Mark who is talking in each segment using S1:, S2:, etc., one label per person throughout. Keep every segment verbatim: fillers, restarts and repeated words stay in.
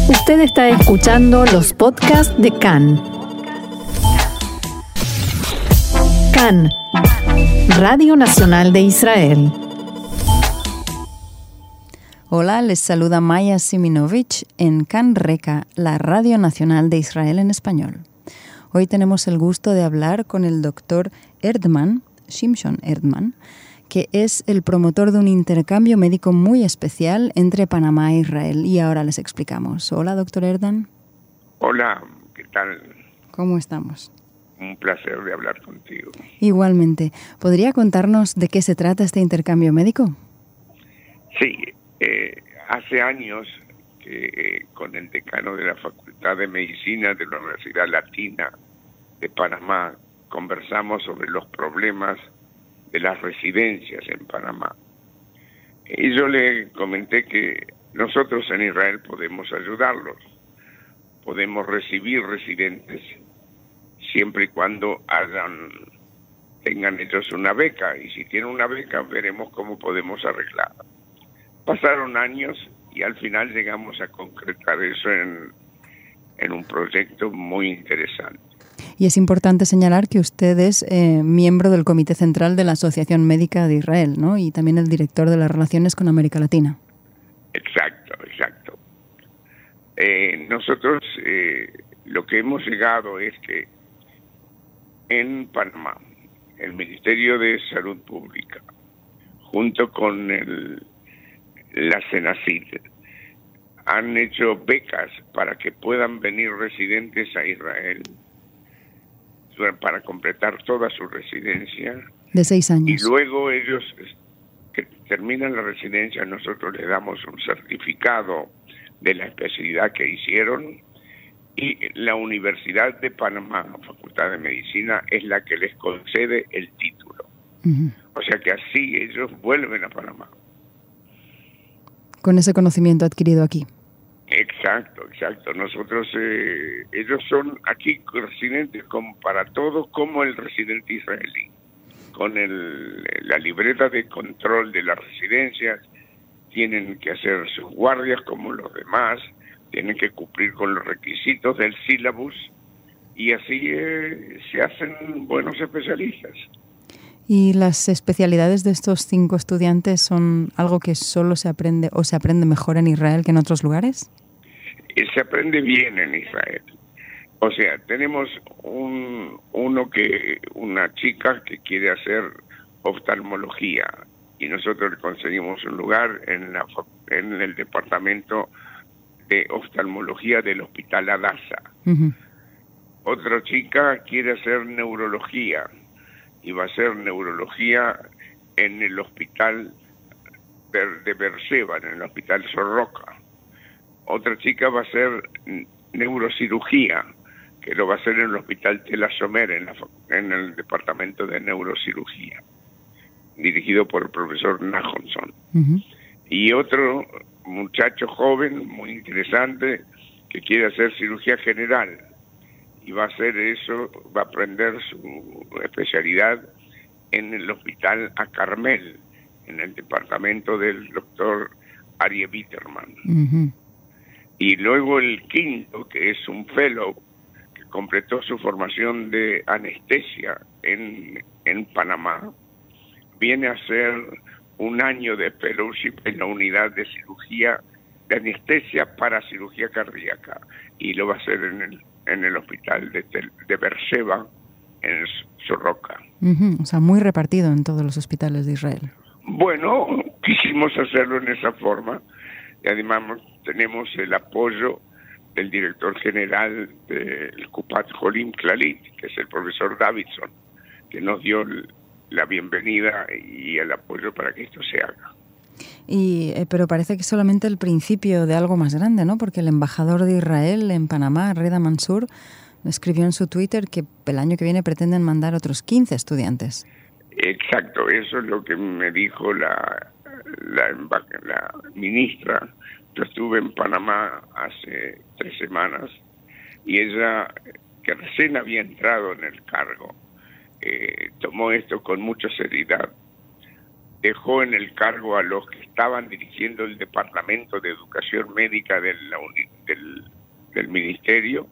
S1: Usted está escuchando los podcasts de C A N. C A N, Radio Nacional de Israel.
S2: Hola, les saluda Maya Siminovich en C A N Reka, la Radio Nacional de Israel en español. Hoy tenemos el gusto de hablar con el doctor Erdman, Shimshon Erdman, que es el promotor de un intercambio médico muy especial entre Panamá e Israel. Y ahora les explicamos. Hola, doctor Erdman.
S3: Hola, ¿qué tal?
S2: ¿Cómo estamos?
S3: Un placer de hablar contigo.
S2: Igualmente. ¿Podría contarnos de qué se trata este intercambio médico?
S3: Sí, eh, hace años que eh, con el decano de la Facultad de Medicina de la Universidad Latina de Panamá conversamos sobre los problemas de las residencias en Panamá. Y yo le comenté que nosotros en Israel podemos ayudarlos, podemos recibir residentes siempre y cuando hagan, tengan ellos una beca, y si tienen una beca veremos cómo podemos arreglar. Pasaron años y al final llegamos a concretar eso en, en un proyecto muy interesante.
S2: Y es importante señalar que usted es eh, miembro del Comité Central de la Asociación Médica de Israel, ¿no? Y también el director de las relaciones con América Latina.
S3: Exacto, exacto. Eh, nosotros eh, lo que hemos llegado es que en Panamá, el Ministerio de Salud Pública, junto con el, la Senacid, han hecho becas para que puedan venir residentes a Israel para completar toda su residencia.
S2: De seis años.
S3: Y luego ellos que terminan la residencia, nosotros les damos un certificado de la especialidad que hicieron, y la Universidad de Panamá, Facultad de Medicina, es la que les concede el título. Uh-huh. O sea que así ellos vuelven a Panamá.
S2: Con ese conocimiento adquirido aquí.
S3: Exacto, exacto. Nosotros, eh, ellos son aquí residentes como para todos, como el residente israelí, con el, la libreta de control de las residencias, tienen que hacer sus guardias como los demás, tienen que cumplir con los requisitos del sílabus, y así eh, se hacen buenos especialistas.
S2: ¿Y las especialidades de estos cinco estudiantes son algo que solo se aprende o se aprende mejor en Israel que en otros lugares?
S3: Se aprende bien en Israel. O sea, tenemos un uno que una chica que quiere hacer oftalmología y nosotros le conseguimos un lugar en la en el departamento de oftalmología del Hospital Hadassah. Uh-huh. Otra chica quiere hacer neurología y va a hacer neurología en el hospital de Beersheba, en el Hospital Sorroca. Otra chica va a hacer neurocirugía, que lo va a hacer en el Hospital Tel Ashomer, en, la, en el departamento de neurocirugía, dirigido por el profesor Nahonson. Uh-huh. Y otro muchacho joven, muy interesante, que quiere hacer cirugía general, y va a hacer eso, va a aprender su especialidad en el Hospital A Carmel, en el departamento del doctor Arie Bitterman. Uh-huh. Y luego el quinto, que es un fellow, que completó su formación de anestesia en, en Panamá, viene a hacer un año de fellowship en la unidad de cirugía, de anestesia para cirugía cardíaca, y lo va a hacer en el, en el hospital de, de Beersheba, en Sorroca.
S2: Uh-huh. O sea, muy repartido en todos los hospitales de Israel.
S3: Bueno, quisimos hacerlo en esa forma, y además tenemos el apoyo del director general del Kupat Holim Clalit, que es el profesor Davidson, que nos dio la bienvenida y el apoyo para que esto se haga.
S2: Y, eh, pero parece que es solamente el principio de algo más grande, ¿no? Porque el embajador de Israel en Panamá, Reda Mansour, escribió en su Twitter que el año que viene pretenden mandar otros quince estudiantes.
S3: Exacto, eso es lo que me dijo la, la, la ministra. Yo estuve en Panamá hace tres semanas y ella, que recién había entrado en el cargo, eh, tomó esto con mucha seriedad. Dejó en el cargo a los que estaban dirigiendo el Departamento de Educación Médica de la uni, del del ministerio,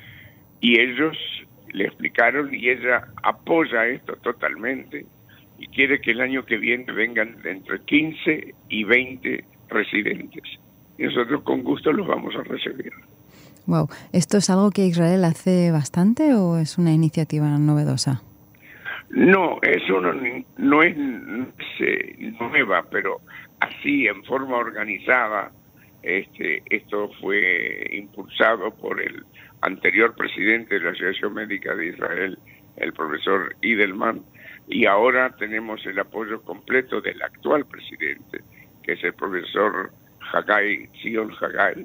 S3: y ellos le explicaron y ella apoya esto totalmente y quiere que el año que viene vengan entre quince y veinte residentes. Y nosotros con gusto los vamos a recibir.
S2: Wow. ¿Esto es algo que Israel hace bastante o es una iniciativa novedosa?
S3: No, eso no, no es, no es eh, nueva, pero así en forma organizada, este, esto fue impulsado por el anterior presidente de la Asociación Médica de Israel, el profesor Idelman, y ahora tenemos el apoyo completo del actual presidente, que es el profesor Hagai, Zion Hagai,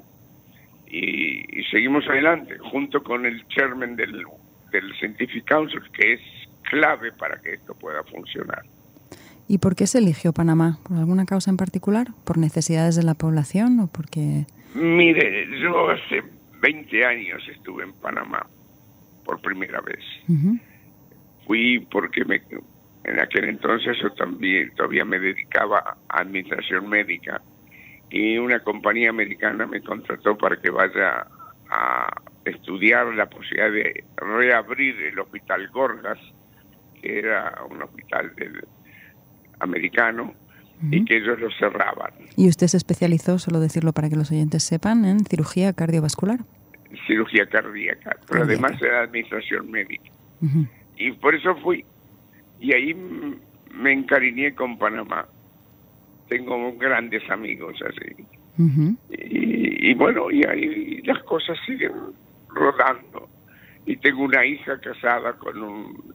S3: y, y seguimos adelante, junto con el chairman del, del Scientific Council, que es clave para que esto pueda funcionar.
S2: ¿Y por qué se eligió Panamá? ¿Por alguna causa en particular? ¿Por necesidades de la población o porque...?
S3: Mire, yo hace veinte años estuve en Panamá por primera vez. Uh-huh. Fui porque me, en aquel entonces yo también todavía me dedicaba a administración médica y una compañía americana me contrató para que vaya a estudiar la posibilidad de reabrir el Hospital Gorgas, que era un hospital del americano, uh-huh. y que ellos lo cerraban.
S2: ¿Y usted se especializó, solo decirlo para que los oyentes sepan, en cirugía cardiovascular?
S3: Cirugía cardíaca, pero cardíaca. Además era administración médica. Uh-huh. Y por eso fui. Y ahí me encariñé con Panamá. Tengo grandes amigos así. Uh-huh. Y, y bueno, y ahí las cosas siguen rodando. Y tengo una hija casada con un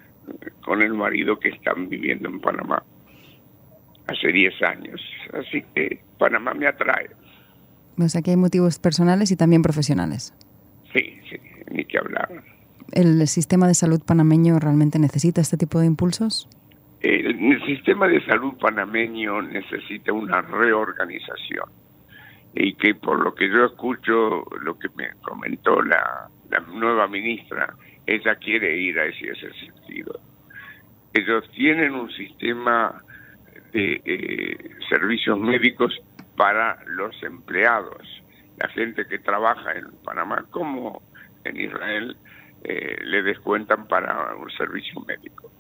S3: con el marido que están viviendo en Panamá hace diez años. Así que Panamá me atrae.
S2: O sea que hay motivos personales y también profesionales.
S3: Sí, sí, ni que hablar.
S2: ¿El sistema de salud panameño realmente necesita este tipo de impulsos?
S3: El, el sistema de salud panameño necesita una reorganización. Y que por lo que yo escucho, lo que me comentó la, la nueva ministra, ella quiere ir a ese, ese sentido. Ellos tienen un sistema de eh, servicios médicos para los empleados, la gente que trabaja en Panamá como en Israel, eh, le descuentan para un servicio médico.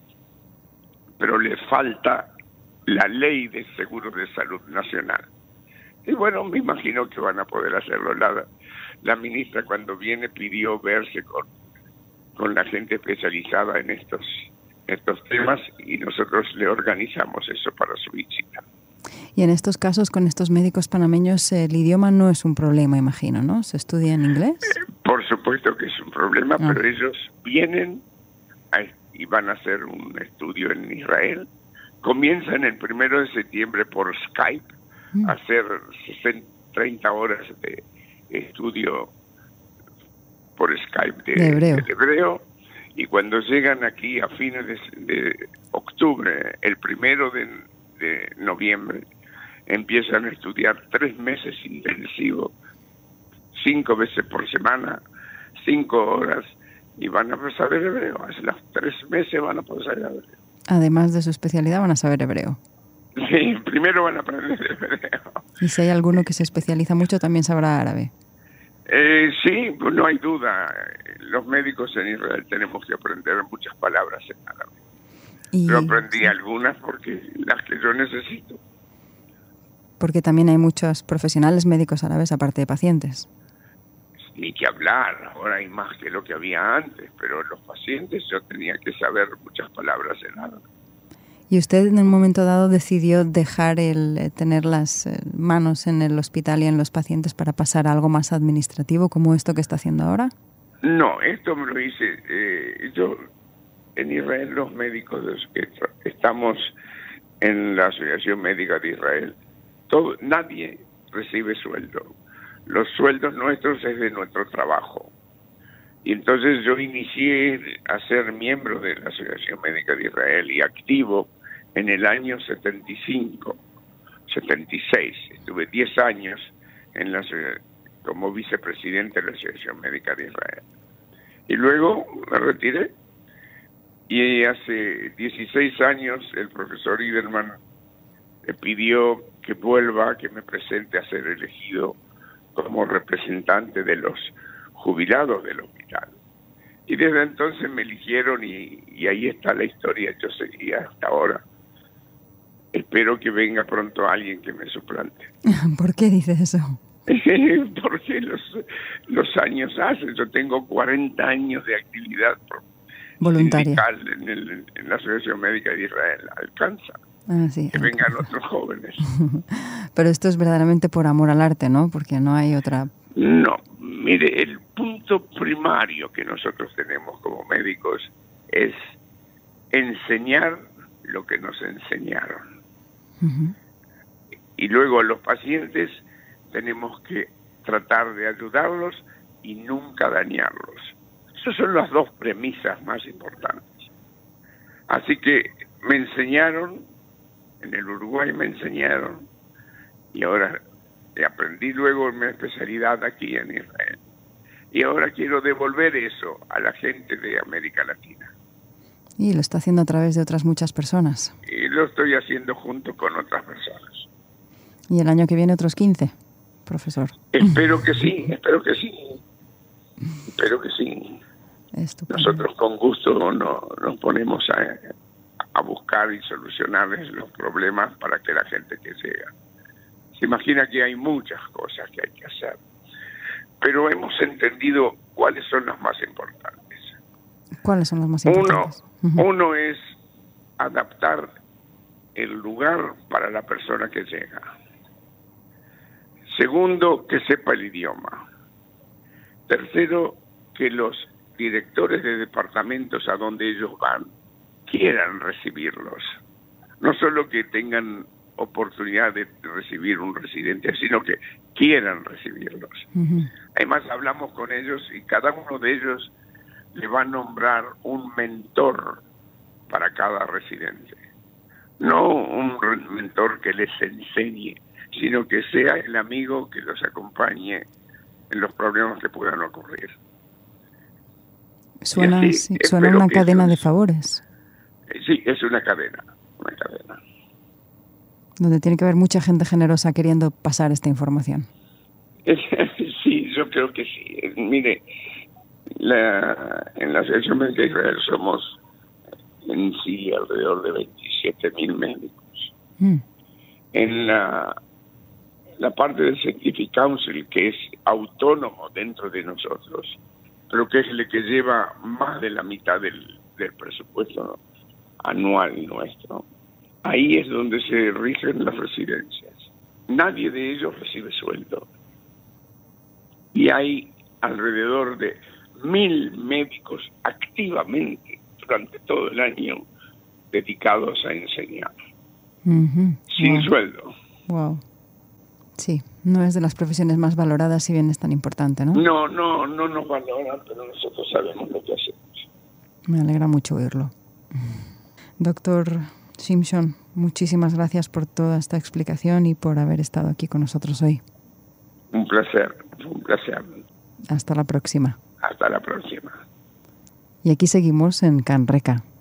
S3: Pero le falta la ley de seguros de salud nacional. Y bueno, me imagino que van a poder hacerlo. La, la ministra cuando viene pidió verse con, con la gente especializada en estos, estos temas y nosotros le organizamos eso para su visita.
S2: Y en estos casos, con estos médicos panameños, el idioma no es un problema, imagino, ¿no? ¿Se estudia en inglés?
S3: Eh, por supuesto que es un problema, ah. pero ellos vienen a, y van a hacer un estudio en Israel. Comienzan el primero de septiembre por Skype, mm. a hacer sesenta, treinta horas de estudio por Skype de,
S2: de, hebreo.
S3: de hebreo. Y cuando llegan aquí a fines de, de octubre, el primero de, de noviembre, empiezan a estudiar tres meses intensivos, cinco veces por semana, cinco horas, y van a saber hebreo. Hace los tres meses van a poder saber hebreo.
S2: Además de su especialidad, van a saber hebreo.
S3: Sí, primero van a aprender hebreo.
S2: Y si hay alguno que se especializa mucho, también sabrá árabe.
S3: Eh, sí, pues no hay duda. Los médicos en Israel tenemos que aprender muchas palabras en árabe. Y... Yo aprendí sí. algunas porque las que yo necesito.
S2: Porque también hay muchos profesionales médicos árabes aparte de pacientes.
S3: Ni que hablar, ahora hay más que lo que había antes, pero los pacientes yo tenía que saber muchas palabras en árabe.
S2: ¿Y usted en un momento dado decidió dejar el tener las manos en el hospital y en los pacientes para pasar a algo más administrativo como esto que está haciendo ahora?
S3: No, esto me lo hice. Eh, yo, en Israel, los médicos que estamos en la Asociación Médica de Israel, todo, nadie recibe sueldo. Los sueldos nuestros es de nuestro trabajo. Y entonces yo inicié a ser miembro de la Asociación Médica de Israel y activo en el año setenta y cinco, setenta y seis. Estuve diez años en la, como vicepresidente de la Asociación Médica de Israel. Y luego me retiré. Y hace dieciséis años el profesor Idelman me pidió que vuelva, que me presente a ser elegido como representante de los jubilados del hospital. Y desde entonces me eligieron y, y ahí está la historia. Yo seguí hasta ahora. Espero que venga pronto alguien que me suplante.
S2: ¿Por qué dices eso?
S3: Porque los, los años hacen. Yo tengo cuarenta años de actividad
S2: voluntaria
S3: en, el, en la Asociación Médica de Israel. Alcanza.
S2: Ah, sí,
S3: que
S2: alcanza.
S3: Vengan otros jóvenes.
S2: Pero esto es verdaderamente por amor al arte, ¿no? Porque no hay otra...
S3: No, mire, el punto primario que nosotros tenemos como médicos es enseñar lo que nos enseñaron. Uh-huh. Y luego a los pacientes tenemos que tratar de ayudarlos y nunca dañarlos. Esas son las dos premisas más importantes. Así que me enseñaron, en el Uruguay me enseñaron, y ahora aprendí luego mi especialidad aquí en Israel. Y ahora quiero devolver eso a la gente de América Latina.
S2: Y lo está haciendo a través de otras muchas personas.
S3: Y lo estoy haciendo junto con otras personas.
S2: ¿Y el año que viene otros quince, profesor?
S3: Espero que sí, espero que sí. Espero que sí.
S2: Estupendo.
S3: Nosotros con gusto no, nos ponemos a, a buscar y solucionarles los problemas para que la gente que llega. Se imagina que hay muchas cosas que hay que hacer, pero hemos entendido cuáles son las más importantes.
S2: ¿Cuáles son las más importantes?
S3: Uno, uh-huh. uno es adaptar el lugar para la persona que llega. Segundo, que sepa el idioma. Tercero, que los directores de departamentos a donde ellos van quieran recibirlos. No solo que tengan oportunidad de recibir un residente, sino que quieran recibirlos. Uh-huh. Además, hablamos con ellos y cada uno de ellos le va a nombrar un mentor para cada residente. No un mentor que les enseñe, sino que sea el amigo que los acompañe en los problemas que puedan ocurrir.
S2: Suena, así, sí, suena una cadena es, de favores.
S3: Sí, es una cadena, una cadena.
S2: Donde tiene que haber mucha gente generosa queriendo pasar esta información.
S3: Sí, yo creo que sí. Mire, la, en la Asociación Médica de Israel somos en sí alrededor de veintisiete mil médicos. Mm. En la, la parte del Scientific Council, que es autónomo dentro de nosotros, pero que es el que lleva más de la mitad del, del presupuesto anual nuestro, ahí es donde se rigen las residencias. Nadie de ellos recibe sueldo. Y hay alrededor de mil médicos activamente durante todo el año dedicados a enseñar. Uh-huh. Sin wow. sueldo.
S2: Wow. Sí, no es de las profesiones más valoradas, si bien es tan importante, ¿no?
S3: No, no, no nos valoran, pero nosotros sabemos lo que hacemos.
S2: Me alegra mucho oírlo. Doctor Shimshon, muchísimas gracias por toda esta explicación y por haber estado aquí con nosotros hoy.
S3: Un placer, un placer.
S2: Hasta la próxima.
S3: Hasta la próxima.
S2: Y aquí seguimos en Can Reca.